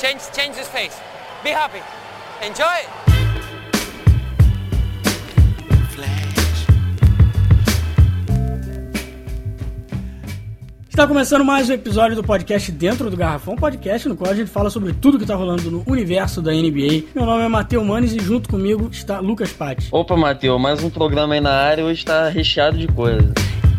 Change his face. Be happy. Enjoy. Está começando mais um episódio do podcast Dentro do Garrafão, podcast no qual a gente fala sobre tudo que está rolando no universo da NBA. Meu nome é Matheus Manes e junto comigo está Lucas Patti. Opa, Matheus, mais um programa aí na área, hoje está recheado de coisa.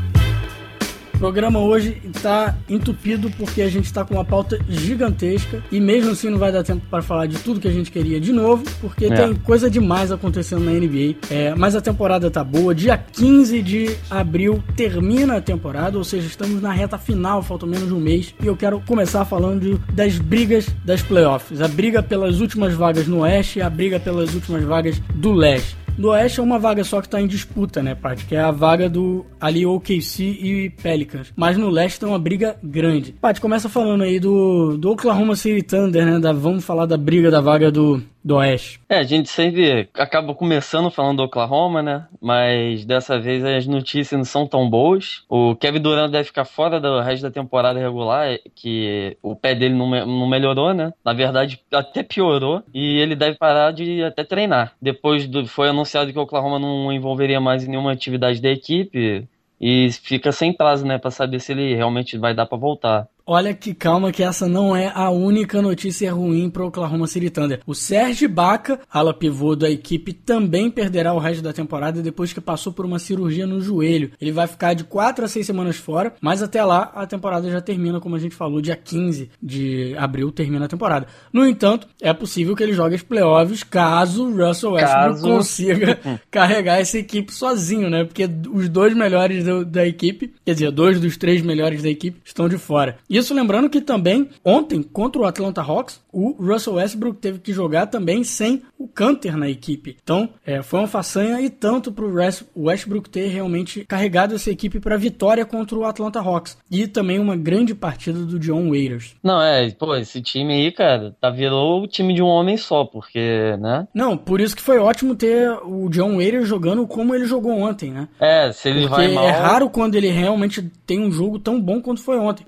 O programa hoje está entupido porque a gente está com uma pauta gigantesca e mesmo assim não vai dar tempo para falar de tudo que a gente queria de novo, porque tem coisa demais acontecendo na NBA. Mas a temporada tá boa, dia 15 de abril termina a temporada, ou seja, estamos na reta final, falta menos de um mês, e eu quero começar falando das brigas das playoffs, a briga pelas últimas vagas no Oeste e a briga pelas últimas vagas do Leste. Do Oeste é uma vaga só que tá em disputa, né, Paty? Que é a vaga do ali OKC e Pelicans. Mas no Leste tem uma briga grande. Paty, começa falando aí do Oklahoma City Thunder, né? Vamos falar da briga da vaga do Oeste. A gente sempre acaba começando falando do Oklahoma, né? Mas dessa vez as notícias não são tão boas. O Kevin Durant deve ficar fora do resto da temporada regular, que o pé dele não melhorou, né? Na verdade, até piorou. E ele deve parar de até treinar. Depois foi anunciado que o Oklahoma não envolveria mais em nenhuma atividade da equipe. E fica sem prazo, né? Pra saber se ele realmente vai dar pra voltar. Olha que calma que essa não é a única notícia ruim para o Oklahoma City Thunder. O Serge Ibaka, ala pivô da equipe, também perderá o resto da temporada depois que passou por uma cirurgia no joelho. Ele vai ficar de 4 a 6 semanas fora, mas até lá a temporada já termina, como a gente falou, dia 15 de abril termina a temporada. No entanto, é possível que ele jogue as playoffs caso o Russell Westbrook consiga carregar essa equipe sozinho, né? Porque os dois melhores da equipe, quer dizer, 2 dos 3 melhores da equipe estão de fora. Isso lembrando que também, ontem, contra o Atlanta Hawks, o Russell Westbrook teve que jogar também sem o Kanter na equipe. Então, foi uma façanha e tanto para o Westbrook ter realmente carregado essa equipe para a vitória contra o Atlanta Hawks. E também uma grande partida do Dion Waiters. Não, esse time aí, cara, virou o time de um homem só, porque, né? Não, por isso que foi ótimo ter o Dion Waiters jogando como ele jogou ontem, né? Se ele porque vai mal... é raro quando ele realmente tem um jogo tão bom quanto foi ontem.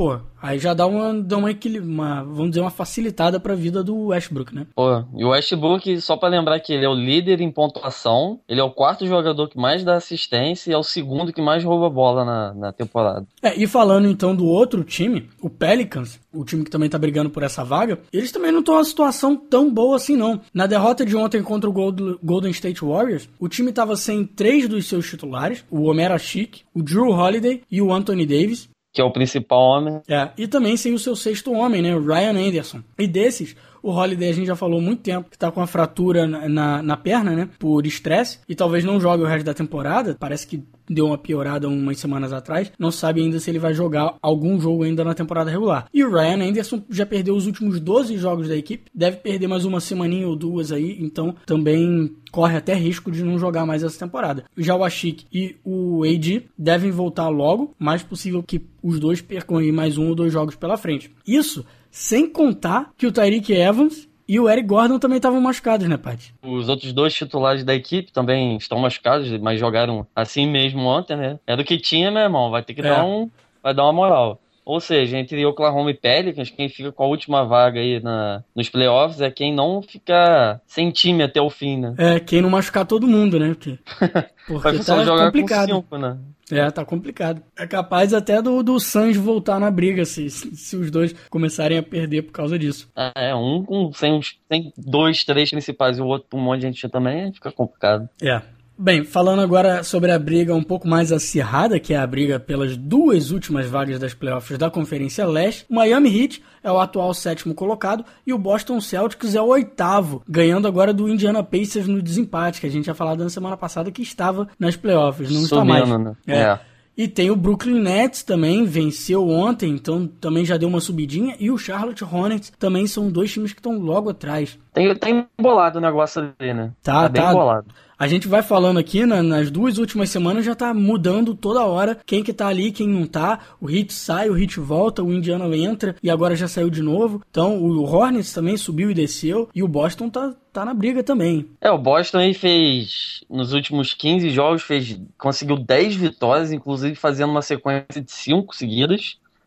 Aí já dá vamos dizer, uma facilitada pra vida do Westbrook, né? E o Westbrook, só pra lembrar que ele é o líder em pontuação, ele é o 4º jogador que mais dá assistência e é o 2º que mais rouba bola na temporada. E falando então do outro time, o Pelicans, o time que também tá brigando por essa vaga, eles também não estão numa situação tão boa assim não. Na derrota de ontem contra o Golden State Warriors, o time tava sem 3 dos seus titulares, o Omer Asik, o Jrue Holiday e o Anthony Davis, que é o principal homem. E também sem o seu 6º homem, né, o Ryan Anderson. E desses, o Holiday a gente já falou há muito tempo que tá com a fratura na perna, né, por estresse, e talvez não jogue o resto da temporada. Parece que deu uma piorada umas semanas atrás. Não sabe ainda se ele vai jogar algum jogo ainda na temporada regular. E o Ryan Anderson já perdeu os últimos 12 jogos da equipe. Deve perder mais uma semaninha ou 2 aí. Então também corre até risco de não jogar mais essa temporada. Já o Asik e o AD devem voltar logo. Mais possível que os dois percam aí mais 1 ou 2 jogos pela frente. Isso sem contar que o Tyreke Evans e o Eric Gordon também estavam machucados, né, Paty? Os outros 2 titulares da equipe também estão machucados, mas jogaram assim mesmo ontem, né? É do que tinha, meu irmão. Vai ter que vai dar uma moral. Ou seja, entre Oklahoma e Pelicans, quem fica com a última vaga aí nos playoffs é quem não fica sem time até o fim, né? Quem não machucar todo mundo, né? Porque tá jogar complicado. Com 5, né? Tá complicado. É capaz até do Suns voltar na briga se os dois começarem a perder por causa disso. Sem 2, 3 principais e o outro um monte de gente também, fica complicado. Bem, falando agora sobre a briga um pouco mais acirrada, que é a briga pelas 2 últimas vagas das playoffs da Conferência Leste, o Miami Heat é o atual 7º colocado e o Boston Celtics é o 8º, ganhando agora do Indiana Pacers no desempate, que a gente já falado na semana passada que estava nas playoffs, não está mais. Né? E tem o Brooklyn Nets também, venceu ontem, então também já deu uma subidinha, e o Charlotte Hornets também são 2 times que estão logo atrás. Tá embolado o negócio ali, né? Tá bem embolado. A gente vai falando aqui, nas 2 últimas semanas já tá mudando toda hora quem que tá ali, quem não tá. O Heat sai, o Heat volta, o Indiana entra e agora já saiu de novo. Então o Hornets também subiu e desceu e o Boston tá na briga também. O Boston aí fez, nos últimos 15 jogos, conseguiu 10 vitórias, inclusive fazendo uma sequência de 5 seguidas.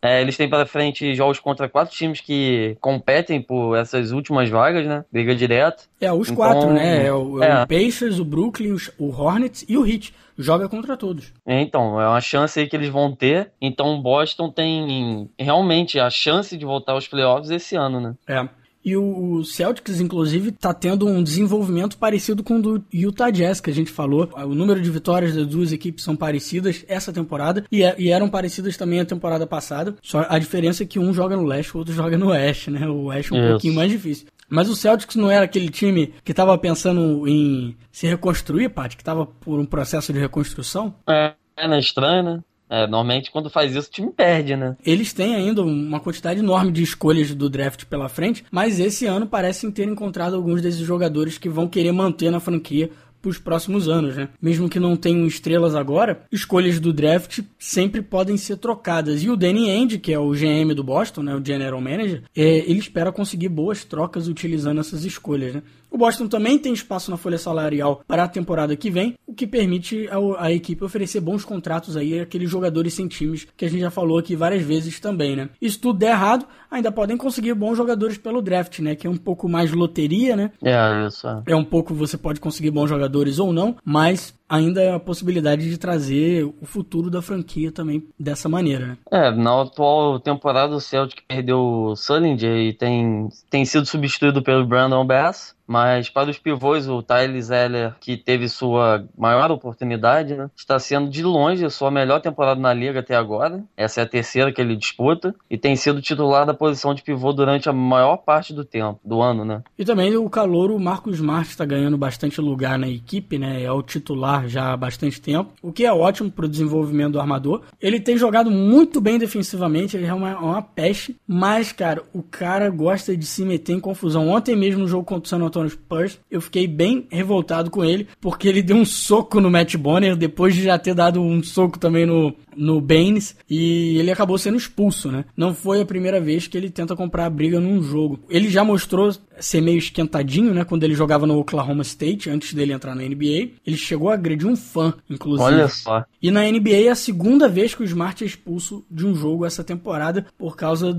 Eles têm pela frente jogos contra 4 times que competem por essas últimas vagas, né? Briga direta. Os Então, 4, né? É o Pacers, o Brooklyn, o Hornets e o Heat. Joga contra todos. Então, é uma chance aí que eles vão ter. Então, o Boston tem realmente a chance de voltar aos playoffs esse ano, né? E o Celtics, inclusive, está tendo um desenvolvimento parecido com o do Utah Jazz, que a gente falou. O número de vitórias das duas equipes são parecidas essa temporada e eram parecidas também a temporada passada. Só a diferença é que um joga no leste, o outro joga no oeste, né? O oeste é um pouquinho mais difícil. Mas o Celtics não era aquele time que estava pensando em se reconstruir, Paty, que estava por um processo de reconstrução? É estranho, né? Normalmente quando faz isso o time perde, né? Eles têm ainda uma quantidade enorme de escolhas do draft pela frente, mas esse ano parecem ter encontrado alguns desses jogadores que vão querer manter na franquia para os próximos anos, né? Mesmo que não tenham estrelas agora, escolhas do draft sempre podem ser trocadas. E o Danny Ainge, que é o GM do Boston, né, o General Manager, ele espera conseguir boas trocas utilizando essas escolhas, né? O Boston também tem espaço na folha salarial para a temporada que vem, o que permite a equipe oferecer bons contratos aí àqueles jogadores sem times, que a gente já falou aqui várias vezes também, né? E se tudo der errado, ainda podem conseguir bons jogadores pelo draft, né? Que é um pouco mais loteria, né? Isso. É um pouco, você pode conseguir bons jogadores ou não, mas ainda é a possibilidade de trazer o futuro da franquia também dessa maneira, né? Na atual temporada o Celtic perdeu o Sullinger e tem sido substituído pelo Brandon Bass. Mas para os pivôs, o Tyler Zeller, que teve sua maior oportunidade, né, está sendo de longe a sua melhor temporada na liga até agora. Essa é a terceira que ele disputa e tem sido titular da posição de pivô durante a maior parte do ano, né? E também o calouro Marcus Smart está ganhando bastante lugar na equipe, né? É o titular já há bastante tempo, o que é ótimo para o desenvolvimento do armador. Ele tem jogado muito bem defensivamente, ele é uma peste, mas, cara, o cara gosta de se meter em confusão. Ontem mesmo no jogo contra o San Antonio Spurs, eu fiquei bem revoltado com ele, porque ele deu um soco no Matt Bonner, depois de já ter dado um soco também no Baines, e ele acabou sendo expulso, né? Não foi a primeira vez que ele tenta comprar a briga num jogo. Ele já mostrou ser meio esquentadinho, né? Quando ele jogava no Oklahoma State, antes dele entrar na NBA. Ele chegou a agredir um fã, inclusive. Olha só. E na NBA é a segunda vez que o Smart é expulso de um jogo essa temporada por causa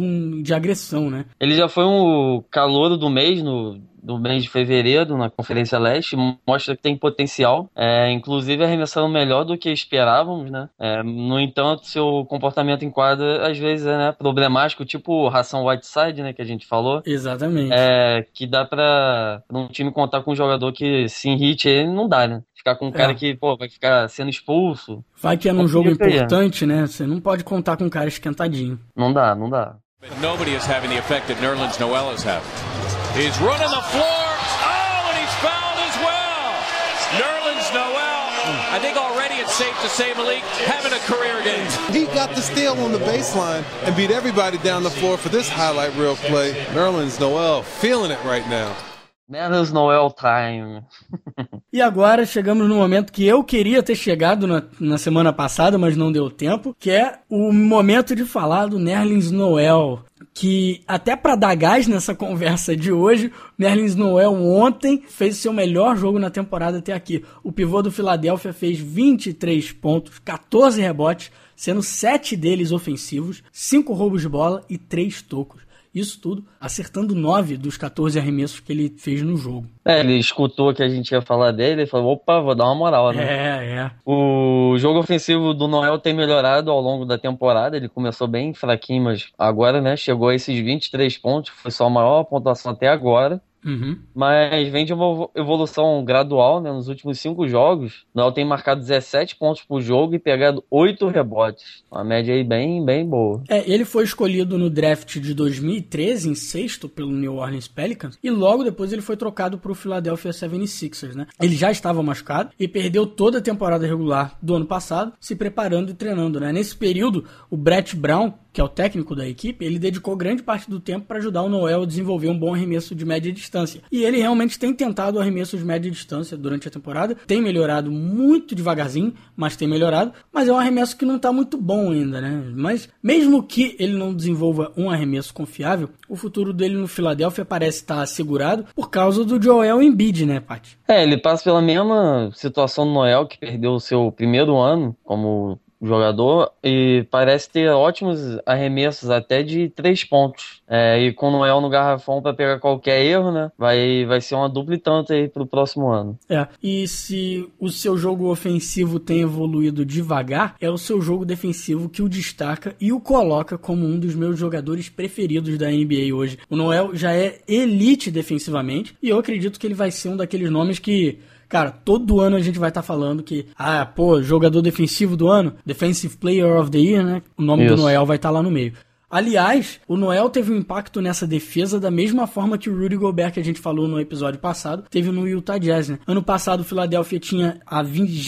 de agressão, né? Ele já foi um calouro do mês do mês de fevereiro na Conferência Leste, mostra que tem potencial, inclusive arremessando melhor do que esperávamos, né? No entanto, seu comportamento em quadra às vezes é, né, problemático, tipo o Hassan Whiteside, né, que a gente falou. Exatamente. Que dá pra um time contar com um jogador que se irrite, ele não dá, né? Ficar com um cara que, vai ficar sendo expulso. Vai que é num jogo importante, né? Você não pode contar com um cara esquentadinho. Não dá. Nobody is having the effect that Nerlens Noel is having. He's running the floor. Oh, and he's fouled as well. Nerlens Noel, I think already it's safe to say, Malik, having a career game. He got the steal on the baseline and beat everybody down the floor for this highlight reel play. Nerlens Noel feeling it right now. Nerlens Noel time. E agora chegamos no momento que eu queria ter chegado na semana passada, mas não deu tempo, que é o momento de falar do Nerlens Noel. Que até para dar gás nessa conversa de hoje, o Nerlens Noel ontem fez o seu melhor jogo na temporada até aqui. O pivô do Philadelphia fez 23 pontos, 14 rebotes, sendo 7 deles ofensivos, 5 roubos de bola e 3 tocos. Isso tudo acertando 9 dos 14 arremessos que ele fez no jogo. Ele escutou que a gente ia falar dele e falou, opa, vou dar uma moral, né? O jogo ofensivo do Noel tem melhorado ao longo da temporada. Ele começou bem fraquinho, mas agora, né, chegou a esses 23 pontos. Foi sua maior pontuação até agora. Mas vem de uma evolução gradual, né? Nos últimos 5 jogos, o Noel tem marcado 17 pontos por jogo e pegado 8 rebotes. Uma média aí bem, bem boa. Ele foi escolhido no draft de 2013, em sexto, pelo New Orleans Pelicans, e logo depois ele foi trocado para o Philadelphia 76ers, né? Ele já estava machucado e perdeu toda a temporada regular do ano passado, se preparando e treinando, né? Nesse período, o Brett Brown, que é o técnico da equipe, ele dedicou grande parte do tempo para ajudar o Noel a desenvolver um bom arremesso de média distância. E ele realmente tem tentado arremessos de média distância durante a temporada, tem melhorado muito devagarzinho, mas tem melhorado, mas é um arremesso que não está muito bom ainda, né? Mas mesmo que ele não desenvolva um arremesso confiável, o futuro dele no Philadelphia parece estar assegurado por causa do Joel Embiid, né, Paty? Ele passa pela mesma situação do Noel, que perdeu o seu primeiro ano como jogador, e parece ter ótimos arremessos até de 3 pontos. E com o Noel no garrafão para pegar qualquer erro, né? Vai ser uma dupla e tanto aí pro próximo ano. E se o seu jogo ofensivo tem evoluído devagar, é o seu jogo defensivo que o destaca e o coloca como um dos meus jogadores preferidos da NBA hoje. O Noel já é elite defensivamente e eu acredito que ele vai ser um daqueles nomes que, cara, todo ano a gente vai estar falando que, jogador defensivo do ano, Defensive Player of the Year, né? O nome do Noel vai estar lá no meio. Aliás, o Noel teve um impacto nessa defesa da mesma forma que o Rudy Gobert, que a gente falou no episódio passado, teve no Utah Jazz, né? Ano passado, o Philadelphia tinha a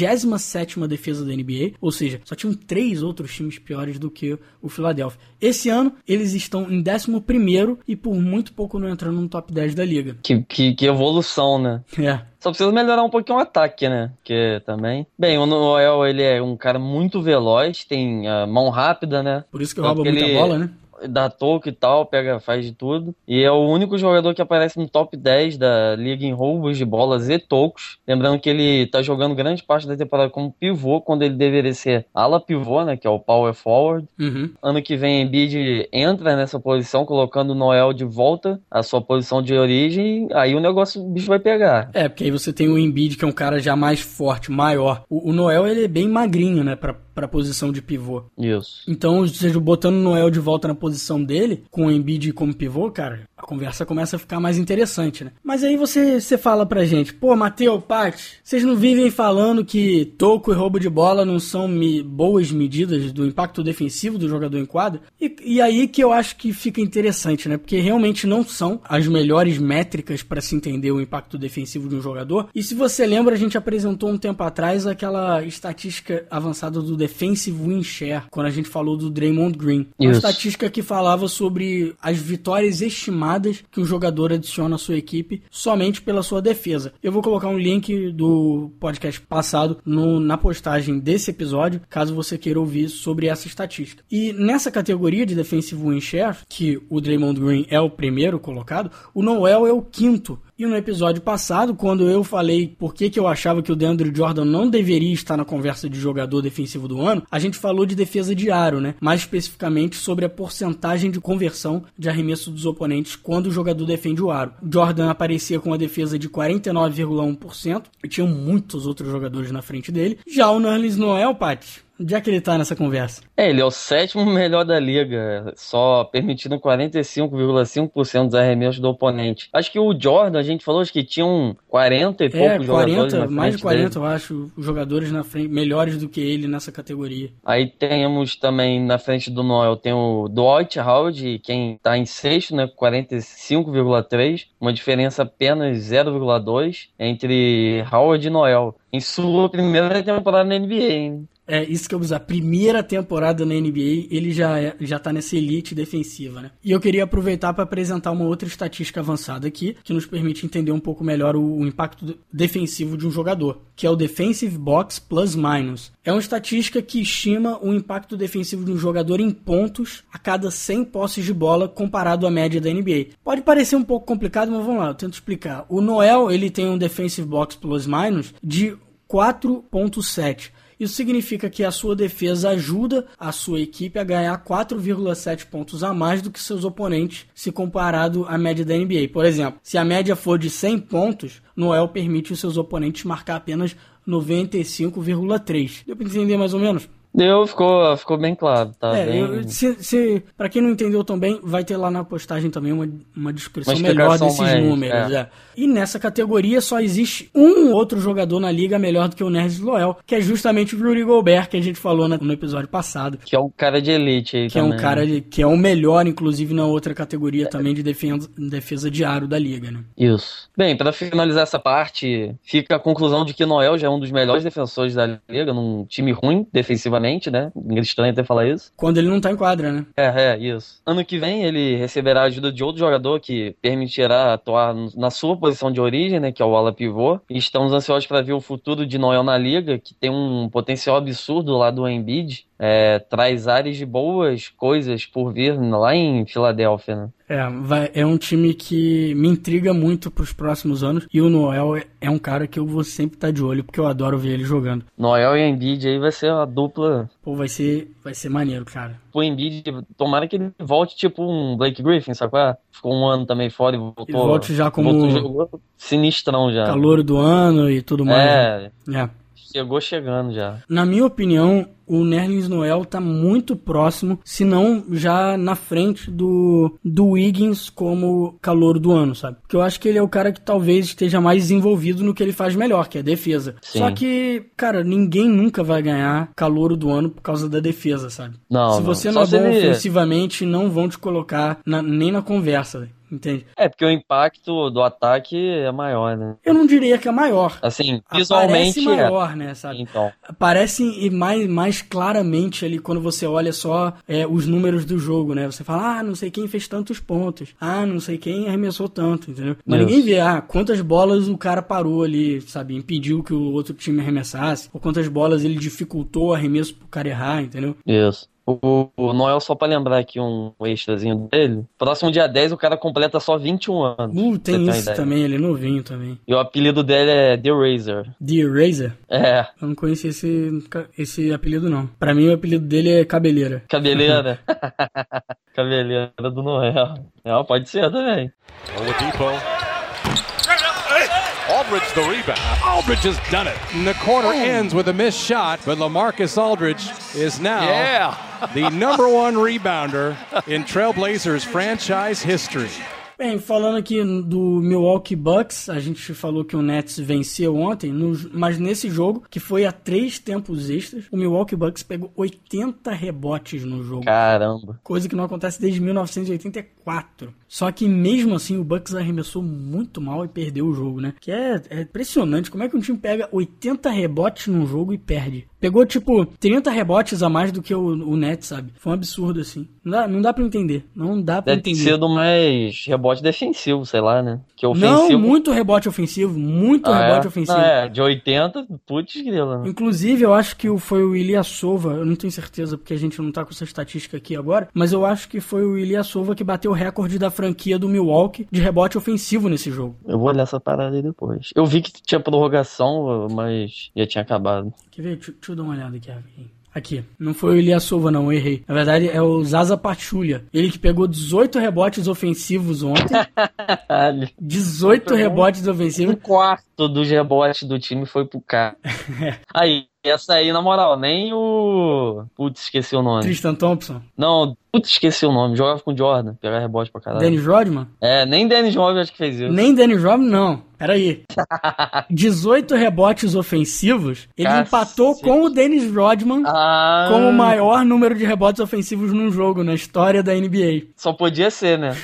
27ª defesa da NBA, ou seja, só tinham 3 outros times piores do que o Philadelphia. Esse ano, eles estão em 11º e por muito pouco não entrando no top 10 da liga. Que evolução, né? Só precisa melhorar um pouquinho o ataque, né? Porque também... Bem, o Noel, ele é um cara muito veloz, tem a mão rápida, né? Por isso que rouba muita bola, né? Dá toque e tal, faz de tudo. E é o único jogador que aparece no top 10 da liga em roubos de bolas e tocos. Lembrando que ele tá jogando grande parte da temporada como pivô, quando ele deveria ser ala pivô, né? Que é o power forward. Ano que vem, Embiid entra nessa posição, colocando o Noel de volta à sua posição de origem. Aí o bicho vai pegar. Porque aí você tem o Embiid, que é um cara já mais forte, maior. O Noel, ele é bem magrinho, né? Pra posição de pivô. Isso. Então, ou seja, botando o Noel de volta na posição dele, com o Embiid como pivô, cara, a conversa começa a ficar mais interessante, né? Mas aí você fala pra gente, Matheus, Paty, vocês não vivem falando que toco e roubo de bola não são boas medidas do impacto defensivo do jogador em quadra? E aí que eu acho que fica interessante, né? Porque realmente não são as melhores métricas para se entender o impacto defensivo de um jogador. E se você lembra, a gente apresentou um tempo atrás aquela estatística avançada do Defensive Win Share, quando a gente falou do Draymond Green. Uma estatística que falava sobre as vitórias estimadas que um jogador adiciona à sua equipe somente pela sua defesa. Eu vou colocar um link do podcast passado na postagem desse episódio, caso você queira ouvir sobre essa estatística. E nessa categoria de Defensive Win Share, que o Draymond Green é o primeiro colocado, o Noel é o 5º. E no episódio passado, quando eu falei por que eu achava que o DeAndre Jordan não deveria estar na conversa de jogador defensivo do ano, a gente falou de defesa de aro, né? Mais especificamente sobre a porcentagem de conversão de arremesso dos oponentes quando o jogador defende o aro. Jordan aparecia com a defesa de 49,1% e tinham muitos outros jogadores na frente dele. Já o Nerlens Noel, Paty, onde é que ele tá nessa conversa? Ele é o 7º melhor da liga, só permitindo 45,5% dos arremessos do oponente. Acho que o Jordan, a gente falou, acho que tinham 40 e poucos jogadores na frente mais de 40, dele. eu acho, jogadores na frente, melhores do que ele nessa categoria. Aí temos também na frente do Noel, tem o Dwight Howard, quem tá em 6º, né, 45,3%, uma diferença apenas 0,2% entre Howard e Noel. Em sua primeira temporada na NBA, hein? Isso que eu usar. Primeira temporada na NBA, ele já tá nessa elite defensiva, né? E eu queria aproveitar para apresentar uma outra estatística avançada aqui, que nos permite entender um pouco melhor o impacto defensivo de um jogador, que é o Defensive Box Plus Minus. É uma estatística que estima o impacto defensivo de um jogador em pontos a cada 100 posses de bola comparado à média da NBA. Pode parecer um pouco complicado, mas vamos lá, eu tento explicar. O Noel, ele tem um Defensive Box Plus Minus de 4,7. Isso significa que a sua defesa ajuda a sua equipe a ganhar 4,7 pontos a mais do que seus oponentes se comparado à média da NBA. Por exemplo, se a média for de 100 pontos, Noel permite os seus oponentes marcar apenas 95,3. Deu para entender mais ou menos? Deu, ficou bem claro, tá? Pra quem não entendeu também, vai ter lá na postagem também uma descrição melhor desses números. E nessa categoria só existe um outro jogador na liga melhor do que o Nerlens Noel, que é justamente o Rudy Gobert, que a gente falou no episódio passado. Que é um cara de elite aí também. É um cara que é o melhor, inclusive, na outra categoria também de defesa de aro da liga, né? Isso. Bem, pra finalizar essa parte, fica a conclusão de que Noel já é um dos melhores defensores da liga, num time ruim, defensivamente, né? Estranho até falar isso. Quando ele não tá em quadra, né? Isso. Ano que vem ele receberá a ajuda de outro jogador que permitirá atuar na sua posição de origem, né? Que é o ala pivô. E estamos ansiosos para ver o futuro de Noel na liga, que tem um potencial absurdo lá do Embiid. traz áreas de boas coisas por vir lá em Filadélfia, né? É um time que me intriga muito pros próximos anos, e o Noel é um cara que eu vou sempre estar de olho, porque eu adoro ver ele jogando. Noel e Embiid aí vai ser uma dupla. Pô, vai ser maneiro, cara. O Embiid, tomara que ele volte tipo um Blake Griffin, sabe qual é? Ficou um ano também fora e voltou. Ele volte já como jogou sinistrão já. Calouro do ano e tudo mais. Chegou chegando já. Na minha opinião, o Nerlens Noel tá muito próximo, se não já na frente do Wiggins como calouro do ano, sabe? Porque eu acho que ele é o cara que talvez esteja mais desenvolvido no que ele faz melhor, que é a defesa. Sim. Só que, cara, ninguém nunca vai ganhar calouro do ano por causa da defesa, sabe? Se você não é bom ofensivamente, não vão te colocar nem na conversa, entende? Porque o impacto do ataque é maior, né? Eu não diria que é maior. Assim, visualmente parece maior, né, sabe? Então. Parece mais claramente ali quando você olha só os números do jogo, né? Você fala, não sei quem fez tantos pontos. Não sei quem arremessou tanto, entendeu? Mas ninguém vê, quantas bolas o cara parou ali, sabe? Impediu que o outro time arremessasse. Ou quantas bolas ele dificultou o arremesso pro cara errar, entendeu? Isso. O Noel, só pra lembrar aqui um extrazinho dele, próximo dia 10 o cara completa só 21 anos. Tem isso também, ele é novinho também. E o apelido dele é The Razor. The Razor? Eu não conhecia esse apelido, não. Pra mim, o apelido dele é Cabeleira. Cabeleira? Cabeleira do Noel. Pode ser também. Oladipo. Aldridge the rebound. Aldridge has done it. And the quarter ends with a missed shot, but LaMarcus Aldridge is now the number one rebounder in Trailblazers franchise history. Bem, falando aqui do Milwaukee Bucks, a gente falou que o Nets venceu ontem, mas nesse jogo, que foi a 3 tempos extras, o Milwaukee Bucks pegou 80 rebotes no jogo. Caramba. Coisa que não acontece desde 1984. Só que mesmo assim o Bucks arremessou muito mal e perdeu o jogo, né? Que é impressionante. Como é que um time pega 80 rebotes num jogo e perde? Pegou, 30 rebotes a mais do que o Nets, sabe? Foi um absurdo, assim. Não dá pra entender. Não dá pra entender. Deve ser do mais rebote defensivo, sei lá, né? Que ofensivo... Não, muito rebote ofensivo. Muito rebote ofensivo. De 80, putz grila. Né? Inclusive, eu acho que foi o Ilyasova, eu não tenho certeza porque a gente não tá com essa estatística aqui agora, mas eu acho que foi o Ilyasova que bateu o recorde da franquia do Milwaukee de rebote ofensivo nesse jogo. Eu vou olhar essa parada aí depois. Eu vi que tinha prorrogação, mas já tinha acabado. Quer ver? Deixa eu dar uma olhada aqui, Aqui, não foi o Ilyasova não, eu errei. Na verdade é o Zaza Pachulia. Ele que pegou 18 rebotes ofensivos ontem. 18 rebotes ofensivos. Um quarto dos rebotes do time foi pro cara. Aí, essa aí, na moral, nem o... Putz, esqueci o nome. Tristan Thompson? Não, putz, esqueci o nome. Jogava com o Jordan, pegar rebote pra caralho. Dennis Rodman? Nem Dennis Rodman acho que fez isso. Nem Dennis Rodman, não. Peraí. 18 rebotes ofensivos. Ele empatou com o Dennis Rodman como o maior número de rebotes ofensivos num jogo na história da NBA. Só podia ser, né?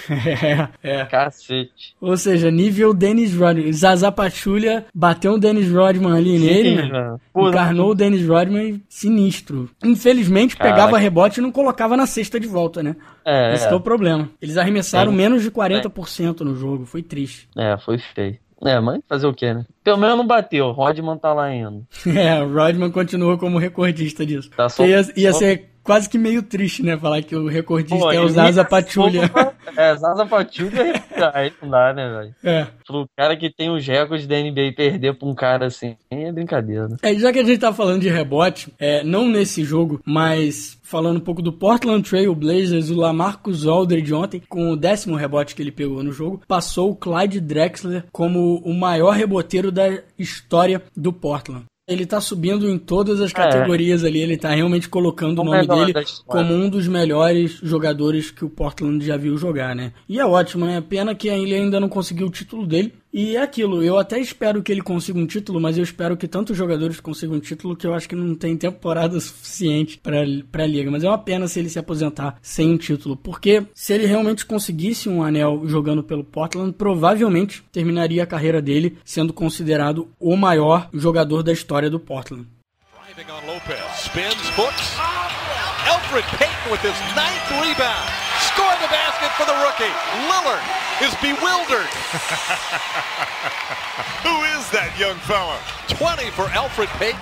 Cacete. Ou seja, nível Dennis Rodman. Zaza Pachulia bateu o Dennis Rodman ali nele, né? Encarnou o Dennis Rodman sinistro. Infelizmente, pegava rebote e não colocava na cesta de volta, né? Esse é o problema. Eles arremessaram menos de 40% no jogo. Foi triste. Foi feio. Mas fazer o quê, né? Pelo menos não bateu. O Rodman tá lá ainda. O Rodman continua como recordista disso. Ia ser quase que meio triste, né? Falar que o recordista é o Zaza Pachulia. Zaza Pachulia aí não dá, né, velho? Pro cara que tem os recordes da NBA perder pra um cara assim, é brincadeira, né? Já que a gente tá falando de rebote, não nesse jogo, mas falando um pouco do Portland Trail Blazers, o LaMarcus Aldridge ontem, com o 10º rebote que ele pegou no jogo, passou o Clyde Drexler como o maior reboteiro da história do Portland. Ele tá subindo em todas as categorias ali, ele tá realmente colocando o nome dele como um dos melhores jogadores que o Portland já viu jogar, né? E é ótimo, né? Pena que ele ainda não conseguiu o título dele. E é aquilo, eu até espero que ele consiga um título, mas eu espero que tantos jogadores consigam um título que eu acho que não tem temporada suficiente pra liga. Mas é uma pena se ele se aposentar sem um título, porque se ele realmente conseguisse um anel jogando pelo Portland, provavelmente terminaria a carreira dele sendo considerado o maior jogador da história do Portland. Driving on Lopez, spins, hooks. Elfrid Payton with his 9th rebound. Score the basket for the rookie. Lillard is bewildered. Who is that young fella? 20 for Elfrid Payton.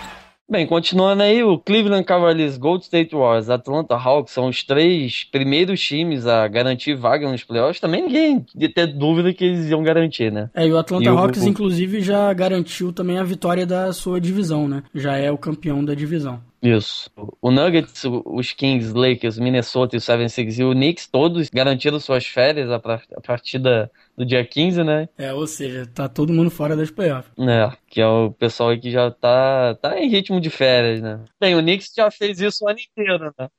Bem, continuando aí, o Cleveland Cavaliers, Golden State Warriors, Atlanta Hawks são os 3 primeiros times a garantir vaga nos playoffs. Também ninguém ia ter dúvida que eles iam garantir, né? E o Atlanta Hawks, inclusive, já garantiu também a vitória da sua divisão, né? Já é o campeão da divisão. Isso. O Nuggets, os Kings, Lakers, Minnesota, o 76 e o Knicks, todos garantiram suas férias a partir do dia 15, né? Ou seja, tá todo mundo fora das playoffs. Que é o pessoal aí que já tá em ritmo de férias, né? Bem, o Knicks já fez isso o ano inteiro, né?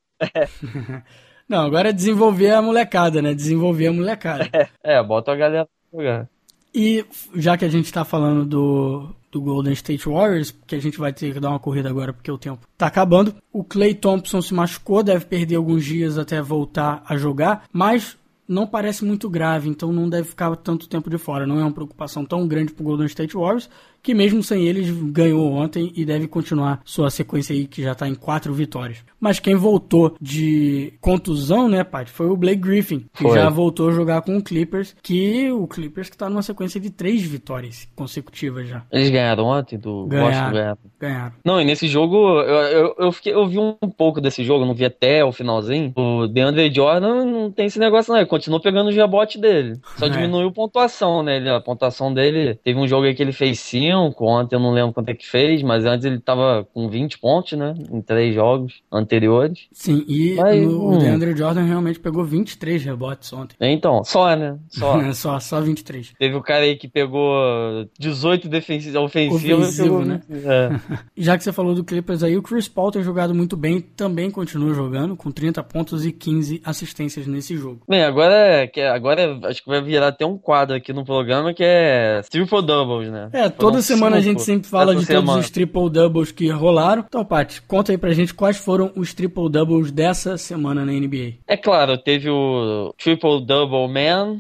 Não, agora é desenvolver a molecada, né? Desenvolver a molecada. Bota a galera pra jogar. E já que a gente tá falando do Golden State Warriors, que a gente vai ter que dar uma corrida agora porque o tempo tá acabando, o Klay Thompson se machucou, deve perder alguns dias até voltar a jogar, mas não parece muito grave, então não deve ficar tanto tempo de fora. Não é uma preocupação tão grande pro Golden State Warriors, que mesmo sem eles ganhou ontem e deve continuar sua sequência aí, que já tá em 4 vitórias. Mas quem voltou de contusão, né, Paty, foi o Blake Griffin, que já voltou a jogar com o Clippers, que tá numa sequência de 3 vitórias consecutivas já. Eles ganharam ontem do Washington? Ganharam. Não, e nesse jogo, eu vi um pouco desse jogo, não vi até o finalzinho. O DeAndre Jordan não tem esse negócio não, ele continuou pegando o rebote dele. Só diminuiu a pontuação, né? A pontuação dele, teve um jogo aí que ele fez 5, ontem eu não lembro quanto é que fez, mas antes ele tava com 20 pontos, né? Em 3 jogos anteriores. Sim, e o DeAndre Jordan realmente pegou 23 rebotes ontem. Então, só, né? Só 23. Teve o cara aí que pegou 18 ofensivo, né? Já que você falou do Clippers aí, o Chris Paul tem jogado muito bem, também continua jogando, com 30 pontos e 15 assistências nesse jogo. Bem, agora acho que vai virar até um quadro aqui no programa que é Triple Doubles, né? Toda semana a gente sempre fala de todos os Triple Doubles que rolaram. Então, Paty, conta aí pra gente quais foram os Triple Doubles dessa semana na NBA. É claro, teve o Triple Double Man.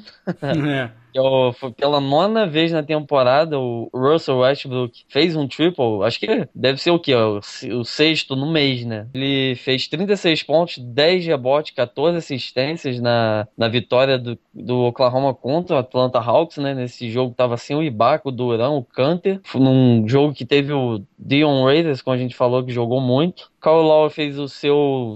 Foi pela 9ª vez na temporada, o Russell Westbrook fez um triple, acho que deve ser o quê? O 6º no mês, né? Ele fez 36 pontos, 10 rebotes, 14 assistências na vitória do Oklahoma contra o Atlanta Hawks, né? Nesse jogo tava assim o Ibaka, o Durant, o Kanter. Foi num jogo que teve o Dion Waiters, como a gente falou, que jogou muito. Kyle Lowry fez o seu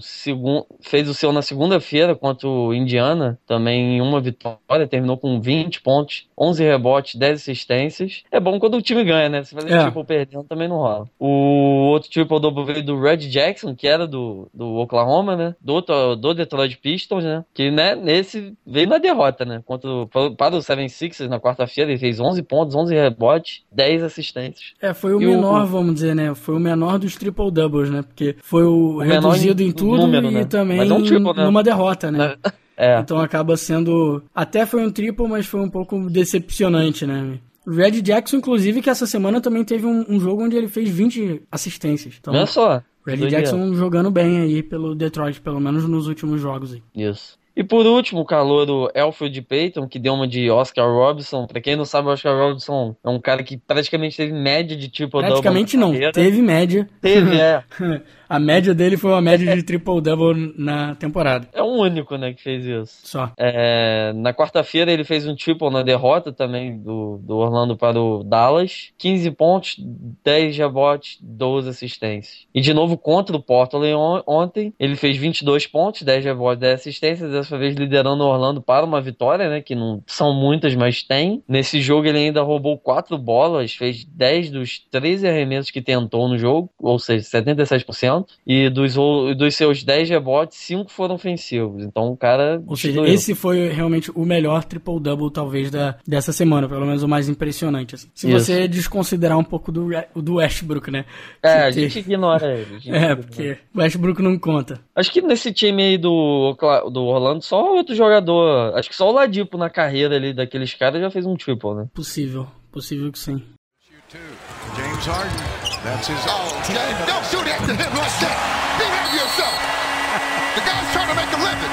na segunda-feira contra o Indiana, também em uma vitória, terminou com 20 pontos, 11 rebotes, 10 assistências. É bom quando o time ganha, né? Se fazer triple perdendo também não rola. O outro triple double veio do Red Jackson, que era do Oklahoma, né? Do Detroit Pistons, né? Que, né, nesse veio na derrota, né? Para o 76ers na quarta-feira, ele fez 11 pontos, 11 rebotes, 10 assistências. Foi o menor, vamos dizer, né? Foi o menor dos triple doubles, né? Porque foi o reduzido em tudo número, e também numa derrota, né? Então acaba sendo... Até foi um triple, mas foi um pouco decepcionante, né? O Red Jackson, inclusive, que essa semana também teve um jogo onde ele fez 20 assistências. Então, olha só. Red Jackson jogando bem aí pelo Detroit, pelo menos nos últimos jogos aí. Isso. E por último, o calouro Elfrid Payton, que deu uma de Oscar Robertson. Pra quem não sabe, o Oscar Robertson é um cara que praticamente teve média de triple-double. Praticamente não, teve média. Teve, A média dele foi uma média de triple-double na temporada. É o único, né, que fez isso. Só. Na quarta-feira ele fez um triple na derrota também do Orlando para o Dallas. 15 pontos, 10 rebotes, 12 assistências. E de novo contra o Portland ontem, ele fez 22 pontos, 10 rebotes, 10 assistências. Dessa vez liderando o Orlando para uma vitória, né, que não são muitas, mas tem. Nesse jogo ele ainda roubou 4 bolas, fez 10 dos 13 arremessos que tentou no jogo, ou seja, 77%. E dos seus 10 rebotes, 5 foram ofensivos. Então o cara... Ou seja, esse foi realmente o melhor triple-double, talvez, dessa semana. Pelo menos o mais impressionante. Assim. Se você desconsiderar um pouco do Westbrook, né? A gente ignora ele. Porque o Westbrook não conta. Acho que nesse time aí do Orlando, só outro jogador... Acho que só o Ladipo na carreira ali daqueles caras já fez um triple, né? Possível que sim. James Harden. That's his. Oh, James, don't shoot after him like that. Behave yourself. The guy's trying to make a living.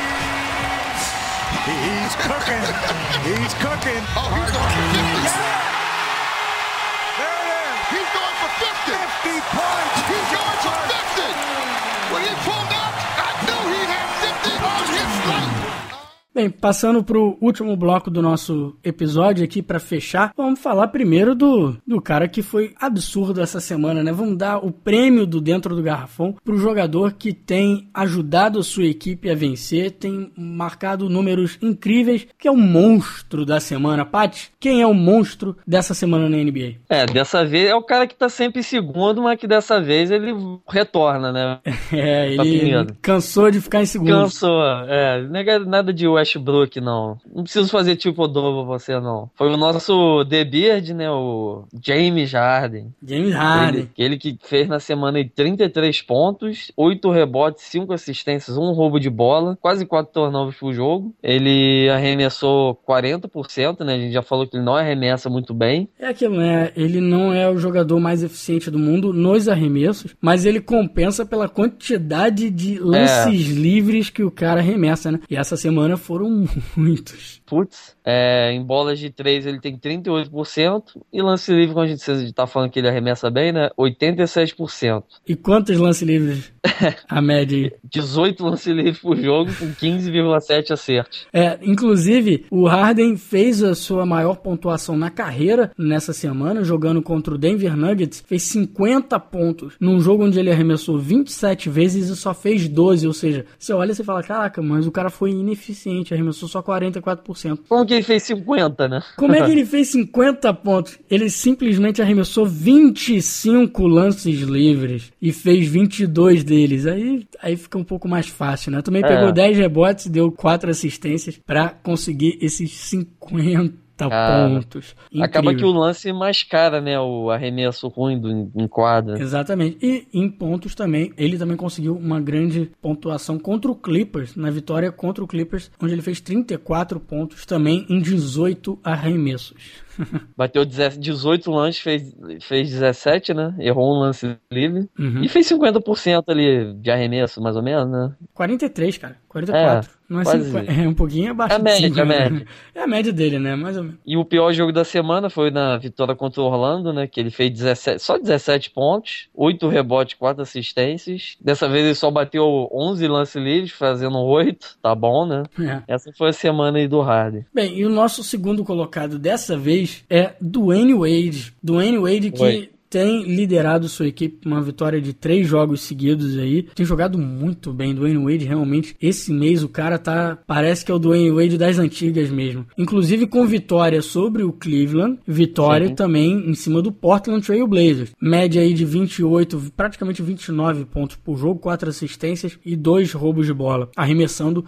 He's cooking. He's cooking. Oh, he's going for 50. Yeah! There it is. He's going for 50. 50 points. He's going for 50. When he pulled out, I knew he had 50 on his slate. Bem, passando pro último bloco do nosso episódio aqui pra fechar, vamos falar primeiro do cara que foi absurdo essa semana, né? Vamos dar o prêmio do Dentro do Garrafão pro jogador que tem ajudado a sua equipe a vencer, tem marcado números incríveis, que é o monstro da semana. Paty, quem é o monstro dessa semana na NBA? Dessa vez é o cara que tá sempre em segundo, mas que dessa vez ele retorna, né? Ele cansou de ficar em segundo. Cansou, nada de Westbrook, não. Não preciso fazer tipo double você, não. Foi o nosso The Beard, né? O James Harden. Ele que fez na semana aí 33 pontos, 8 rebotes, 5 assistências, 1 roubo de bola, quase 4 turnovers por jogo. Ele arremessou 40%, né? A gente já falou que ele não arremessa muito bem. É aquilo, né? Ele não é o jogador mais eficiente do mundo nos arremessos, mas ele compensa pela quantidade de lances livres que o cara arremessa, né? E essa semana foram muitos. Putz, em bolas de 3 ele tem 38% e lance livre, quando a gente tá falando que ele arremessa bem, né? 87%. E quantos lance livres a média aí? 18 lance livres por jogo com 15,7 acertos. Inclusive, o Harden fez a sua maior pontuação na carreira nessa semana, jogando contra o Denver Nuggets, fez 50 pontos num jogo onde ele arremessou 27 vezes e só fez 12, ou seja, você olha e você fala, caraca, mas o cara foi ineficiente, arremessou só 44%. Como que ele fez 50, né? Como é que ele fez 50 pontos? Ele simplesmente arremessou 25 lances livres e fez 22 deles. Aí fica um pouco mais fácil, né? Também pegou 10 rebotes e deu 4 assistências pra conseguir esses 50 pontos. Incrível. Acaba que o lance mascara, né? O arremesso ruim em quadra. Exatamente. E em pontos também, ele também conseguiu uma grande pontuação contra o Clippers, na vitória contra o Clippers, onde ele fez 34 pontos também em 18 arremessos. Bateu 18 lances, fez 17, né? Errou um lance livre. E fez 50% ali de arremesso, mais ou menos, né? 43, cara. 44. Não é 50. É um pouquinho abaixo de 50. Média. É a média dele, né? Mais ou menos. E o pior jogo da semana foi na vitória contra o Orlando, né? Que ele fez 17 pontos, 8 rebotes, 4 assistências. Dessa vez ele só bateu 11 lances livres, fazendo 8. Tá bom, né? Essa foi a semana aí do Harden. Bem, e o nosso segundo colocado dessa vez é Dwayne Wade. Dwayne Wade que tem liderado sua equipe uma vitória de 3 jogos seguidos aí. Tem jogado muito bem. Dwayne Wade, realmente, esse mês o cara parece que é o Dwayne Wade das antigas mesmo. Inclusive com vitória sobre o Cleveland, vitória também em cima do Portland Trail Blazers. Média aí de 28, praticamente 29 pontos por jogo, 4 assistências e 2 roubos de bola. Arremessando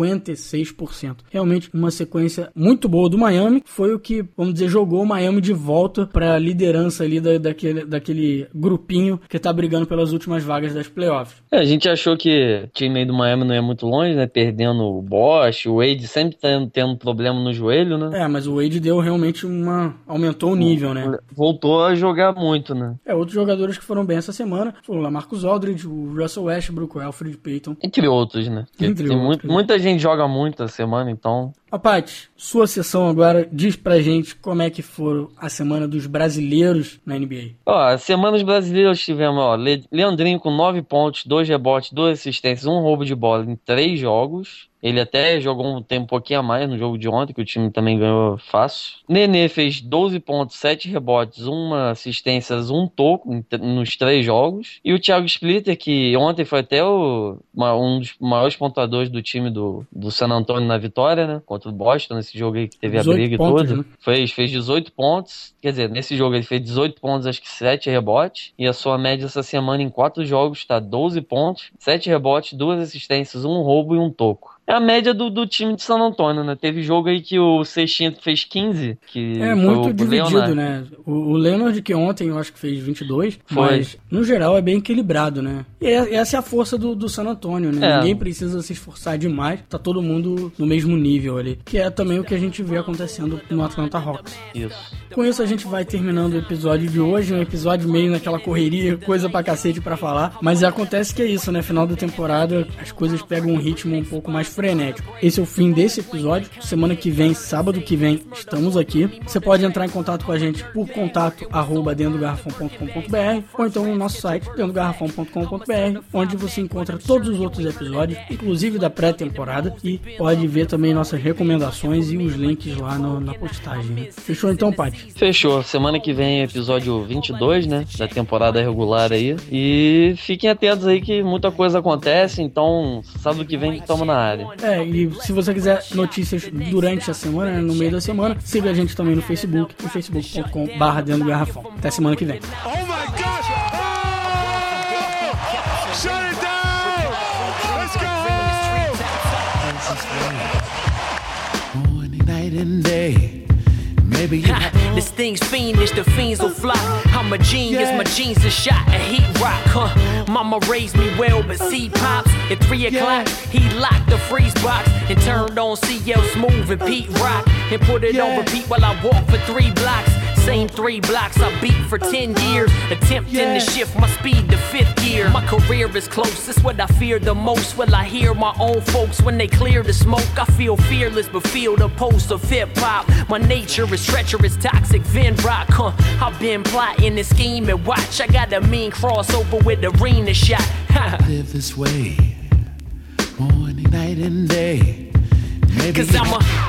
56%. Realmente uma sequência muito boa do Miami. Foi o que, vamos dizer, jogou o Miami de volta para a liderança ali daquele grupinho que tá brigando pelas últimas vagas das playoffs. A gente achou que o time aí do Miami não ia muito longe, né? Perdendo o Bosh, o Wade sempre tendo problema no joelho, né? Mas o Wade deu realmente aumentou o nível, né? Voltou a jogar muito, né? Outros jogadores que foram bem essa semana foram o LaMarcus Aldridge, o Russell Westbrook, o Alfred Payton. Entre outros, né? Muita gente joga muito essa semana, então... Paty, sua sessão agora, diz pra gente como é que foram a semana dos brasileiros na NBA. A semana dos brasileiros tivemos, Leandrinho com 9 pontos, 2 rebotes, 2 assistências, 1 roubo de bola em 3 jogos. Ele até jogou um pouquinho a mais no jogo de ontem, que o time também ganhou fácil. Nenê fez 12 pontos, 7 rebotes, 1 assistência, 1 toco nos 3 jogos. E o Thiago Splitter, que ontem foi até um dos maiores pontuadores do time do San Antonio na vitória, né? Contra o Boston, nesse jogo aí que teve a briga pontos, toda. Né? Fez 18 pontos. Quer dizer, nesse jogo ele fez 18 pontos, acho que 7 rebotes. E a sua média essa semana em 4 jogos tá 12 pontos, 7 rebotes, 2 assistências, 1 roubo e 1 toco. É a média do time de San Antonio, né? Teve jogo aí que o Sextinho fez 15, que é muito dividido, Leonard, né? O Leonard, que ontem eu acho que fez 22, mas no geral é bem equilibrado, né? E essa é a força do San Antonio, né? Ninguém precisa se esforçar demais, tá todo mundo no mesmo nível ali, que é também o que a gente vê acontecendo no Atlanta Hawks. Isso. Com isso a gente vai terminando o episódio de hoje, um episódio meio naquela correria, coisa pra cacete pra falar, mas acontece que é isso, né? Final da temporada as coisas pegam um ritmo um pouco mais frenético. Esse é o fim desse episódio. Semana que vem, sábado que vem, estamos aqui. Você pode entrar em contato com a gente por contato@dendogarrafão.com.br ou então no nosso site dendogarrafão.com.br, onde você encontra todos os outros episódios, inclusive da pré-temporada, e pode ver também nossas recomendações e os links lá na postagem. Fechou então, Paty? Fechou. Semana que vem episódio 22, né, da temporada regular aí. E fiquem atentos aí que muita coisa acontece, então sábado que vem estamos na área. E se você quiser notícias durante a semana, né, no meio da semana, siga a gente também no Facebook, no facebook.com/dendogarrafão. Até semana que vem. Oh my gosh! Oh! Shut it down! Let's go! Morning, night and day. Maybe this thing's fiendish, the fiends will fly. I'm a genius, my genes are shot a heat rock, Mama raised me well, but see pops at 3 o'clock. He locked the freeze box and turned on CL Smooth and Pete Rock and put it on repeat while I walk for 3 blocks. Same 3 blocks I beat for 10 years, attempting to shift my speed to 5th gear. My career is close, it's what I fear the most. Will I hear my own folks when they clear the smoke? I feel fearless, but feel the pulse of hip-hop. My nature is treacherous, toxic, Vin Rock, I've been plotting and scheming, watch. I got a mean crossover with arena shot. live this way, morning, night and day. Maybe 'Cause I'm a